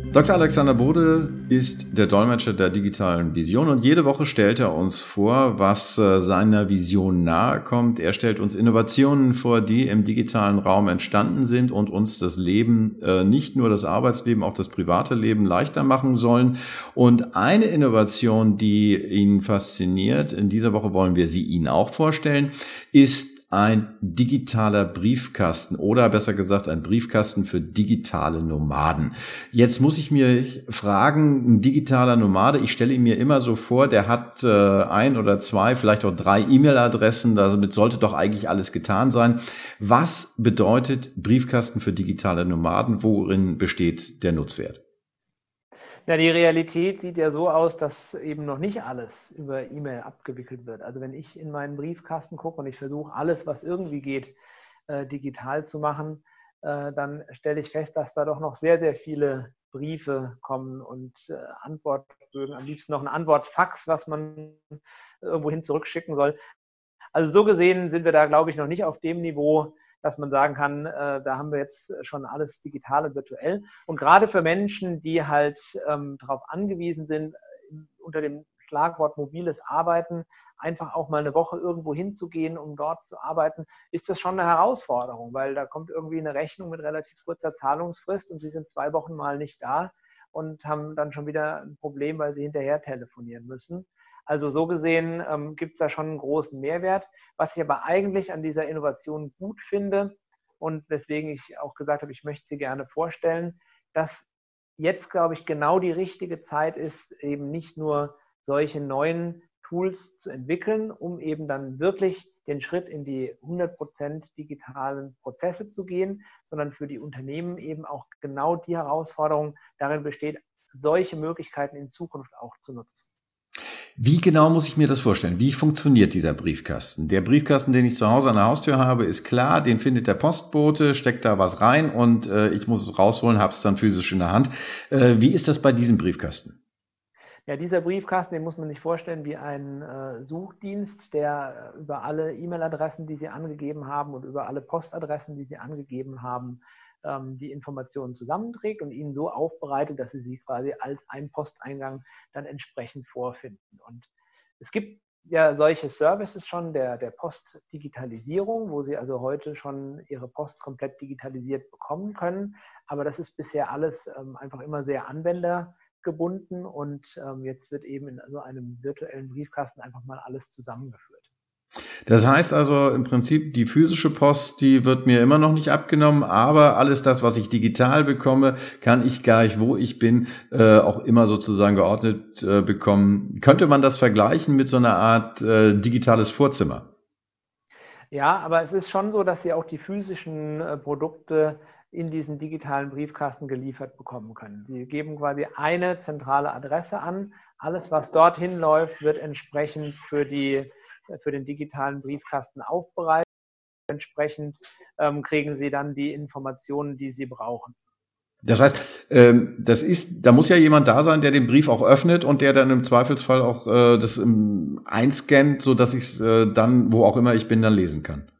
Dr. Alexander Bode ist der Dolmetscher der digitalen Vision und jede Woche stellt er uns vor, was seiner Vision nahe kommt. Er stellt uns Innovationen vor, die im digitalen Raum entstanden sind und uns das Leben, nicht nur das Arbeitsleben, auch das private Leben leichter machen sollen. Und eine Innovation, die ihn fasziniert, in dieser Woche wollen wir sie Ihnen auch vorstellen, ist ein digitaler Briefkasten oder besser gesagt ein Briefkasten für digitale Nomaden. Jetzt muss ich mir fragen, ein digitaler Nomade, ich stelle ihn mir immer so vor, der hat ein oder zwei, vielleicht auch 3 E-Mail-Adressen, damit sollte doch eigentlich alles getan sein. Was bedeutet Briefkasten für digitale Nomaden? Worin besteht der Nutzwert? Ja, die Realität sieht ja so aus, dass eben noch nicht alles über E-Mail abgewickelt wird. Also wenn ich in meinen Briefkasten gucke und ich versuche, alles, was irgendwie geht, digital zu machen, dann stelle ich fest, dass da doch noch sehr, sehr viele Briefe kommen und Antwortbögen, am liebsten noch ein Antwortfax, was man irgendwohin zurückschicken soll. Also so gesehen sind wir da, glaube ich, noch nicht auf dem Niveau, dass man sagen kann, da haben wir jetzt schon alles digital und virtuell. Und gerade für Menschen, die halt darauf angewiesen sind, unter dem Schlagwort mobiles Arbeiten, einfach auch mal eine Woche irgendwo hinzugehen, um dort zu arbeiten, ist das schon eine Herausforderung, weil da kommt irgendwie eine Rechnung mit relativ kurzer Zahlungsfrist und sie sind 2 Wochen mal nicht da und haben dann schon wieder ein Problem, weil sie hinterher telefonieren müssen. Also so gesehen gibt es da schon einen großen Mehrwert. Was ich aber eigentlich an dieser Innovation gut finde und weswegen ich auch gesagt habe, ich möchte sie gerne vorstellen, dass jetzt, glaube ich, genau die richtige Zeit ist, eben nicht nur solche neuen Tools zu entwickeln, um eben dann wirklich den Schritt in die 100% digitalen Prozesse zu gehen, sondern für die Unternehmen eben auch genau die Herausforderung darin besteht, solche Möglichkeiten in Zukunft auch zu nutzen. Wie genau muss ich mir das vorstellen? Wie funktioniert dieser Briefkasten? Der Briefkasten, den ich zu Hause an der Haustür habe, ist klar, den findet der Postbote, steckt da was rein und ich muss es rausholen, habe es dann physisch in der Hand. Wie ist das bei diesem Briefkasten? Ja, dieser Briefkasten, den muss man sich vorstellen wie ein Suchdienst, der über alle E-Mail-Adressen, die Sie angegeben haben und über alle Postadressen, die Sie angegeben haben, die Informationen zusammenträgt und Ihnen so aufbereitet, dass Sie sie quasi als einen Posteingang dann entsprechend vorfinden. Und es gibt ja solche Services schon der Postdigitalisierung, wo Sie also heute schon Ihre Post komplett digitalisiert bekommen können. Aber das ist bisher alles einfach immer sehr anwendergebunden und jetzt wird eben in so einem virtuellen Briefkasten einfach mal alles zusammengeführt. Das heißt also im Prinzip, die physische Post, die wird mir immer noch nicht abgenommen, aber alles das, was ich digital bekomme, kann ich gleich, wo ich bin, auch immer sozusagen geordnet bekommen. Könnte man das vergleichen mit so einer Art digitales Vorzimmer? Ja, aber es ist schon so, dass Sie auch die physischen Produkte in diesen digitalen Briefkasten geliefert bekommen können. Sie geben quasi eine zentrale Adresse an. Alles, was dorthin läuft, wird entsprechend für den digitalen Briefkasten aufbereitet. Entsprechend kriegen Sie dann die Informationen, die Sie brauchen. Das heißt, da muss ja jemand da sein, der den Brief auch öffnet und der dann im Zweifelsfall auch das einscannt, so dass ich es dann, wo auch immer ich bin, dann lesen kann.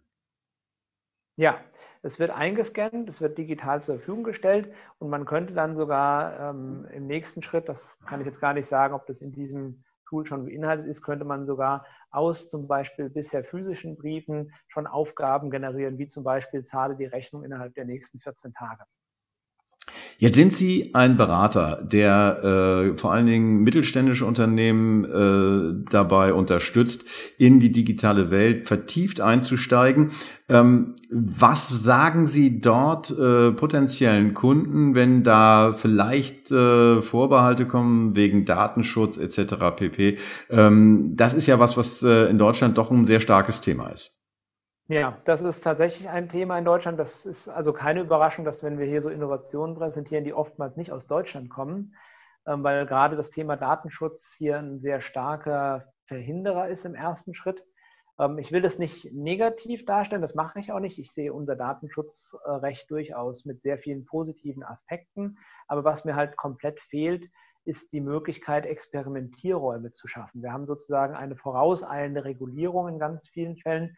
Ja, es wird eingescannt, es wird digital zur Verfügung gestellt und man könnte dann sogar im nächsten Schritt, das kann ich jetzt gar nicht sagen, ob das in diesem Tool schon beinhaltet ist, könnte man sogar aus zum Beispiel bisher physischen Briefen schon Aufgaben generieren, wie zum Beispiel zahle die Rechnung innerhalb der nächsten 14 Tage. Jetzt sind Sie ein Berater, der vor allen Dingen mittelständische Unternehmen dabei unterstützt, in die digitale Welt vertieft einzusteigen. Was sagen Sie dort potenziellen Kunden, wenn da vielleicht Vorbehalte kommen wegen Datenschutz etc. pp? Das ist ja was in Deutschland doch ein sehr starkes Thema ist. Ja, das ist tatsächlich ein Thema in Deutschland. Das ist also keine Überraschung, dass wenn wir hier so Innovationen präsentieren, die oftmals nicht aus Deutschland kommen, weil gerade das Thema Datenschutz hier ein sehr starker Verhinderer ist im ersten Schritt. Ich will das nicht negativ darstellen, das mache ich auch nicht. Ich sehe unser Datenschutzrecht durchaus mit sehr vielen positiven Aspekten. Aber was mir halt komplett fehlt, ist die Möglichkeit, Experimentierräume zu schaffen. Wir haben sozusagen eine vorauseilende Regulierung in ganz vielen Fällen.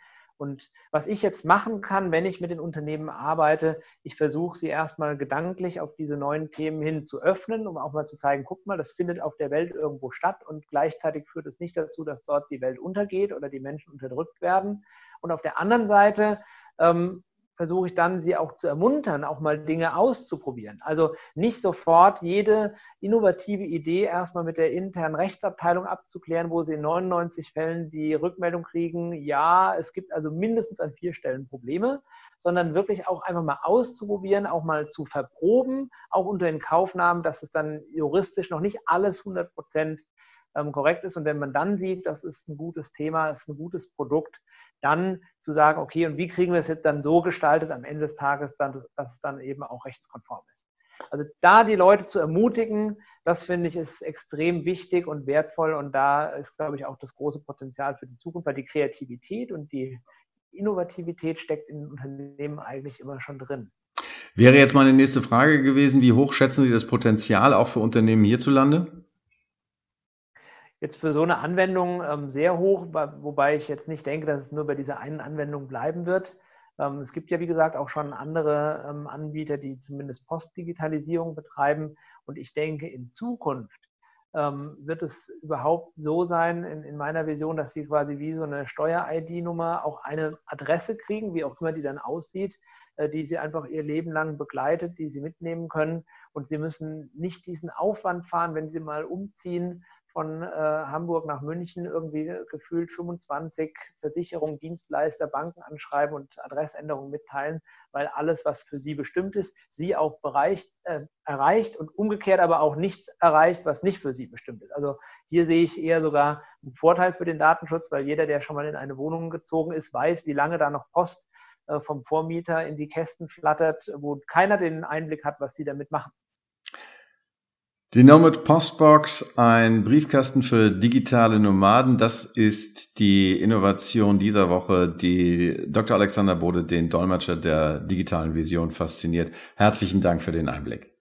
Und was ich jetzt machen kann, wenn ich mit den Unternehmen arbeite, ich versuche sie erstmal gedanklich auf diese neuen Themen hin zu öffnen, um auch mal zu zeigen, guck mal, das findet auf der Welt irgendwo statt und gleichzeitig führt es nicht dazu, dass dort die Welt untergeht oder die Menschen unterdrückt werden. Und auf der anderen Seite versuche ich dann, sie auch zu ermuntern, auch mal Dinge auszuprobieren. Also nicht sofort jede innovative Idee erstmal mit der internen Rechtsabteilung abzuklären, wo sie in 99 Fällen die Rückmeldung kriegen, ja, es gibt also mindestens an 4 Stellen Probleme, sondern wirklich auch einfach mal auszuprobieren, auch mal zu verproben, auch unter den Kaufnahmen, dass es dann juristisch noch nicht alles 100% korrekt ist. Und wenn man dann sieht, das ist ein gutes Thema, das ist ein gutes Produkt, dann zu sagen, okay, und wie kriegen wir es jetzt dann so gestaltet am Ende des Tages, dass es dann eben auch rechtskonform ist. Also da die Leute zu ermutigen, das finde ich ist extrem wichtig und wertvoll und da ist, glaube ich, auch das große Potenzial für die Zukunft, weil die Kreativität und die Innovativität steckt in Unternehmen eigentlich immer schon drin. Wäre jetzt meine nächste Frage gewesen, wie hoch schätzen Sie das Potenzial auch für Unternehmen hierzulande? Jetzt für so eine Anwendung sehr hoch, wobei ich jetzt nicht denke, dass es nur bei dieser einen Anwendung bleiben wird. Es gibt ja, wie gesagt, auch schon andere Anbieter, die zumindest Postdigitalisierung betreiben. Und ich denke, in Zukunft wird es überhaupt so sein, in meiner Vision, dass sie quasi wie so eine Steuer-ID-Nummer auch eine Adresse kriegen, wie auch immer die dann aussieht, die sie einfach ihr Leben lang begleitet, die sie mitnehmen können. Und sie müssen nicht diesen Aufwand fahren, wenn sie mal umziehen, von Hamburg nach München irgendwie gefühlt 25 Versicherungen, Dienstleister, Banken anschreiben und Adressänderungen mitteilen, weil alles, was für sie bestimmt ist, sie auch erreicht und umgekehrt aber auch nicht erreicht, was nicht für sie bestimmt ist. Also hier sehe ich eher sogar einen Vorteil für den Datenschutz, weil jeder, der schon mal in eine Wohnung gezogen ist, weiß, wie lange da noch Post vom Vormieter in die Kästen flattert, wo keiner den Einblick hat, was sie damit machen. Die Nomad Postbox, ein Briefkasten für digitale Nomaden, das ist die Innovation dieser Woche, die Dr. Alexander Bode, den Dolmetscher der digitalen Vision, fasziniert. Herzlichen Dank für den Einblick.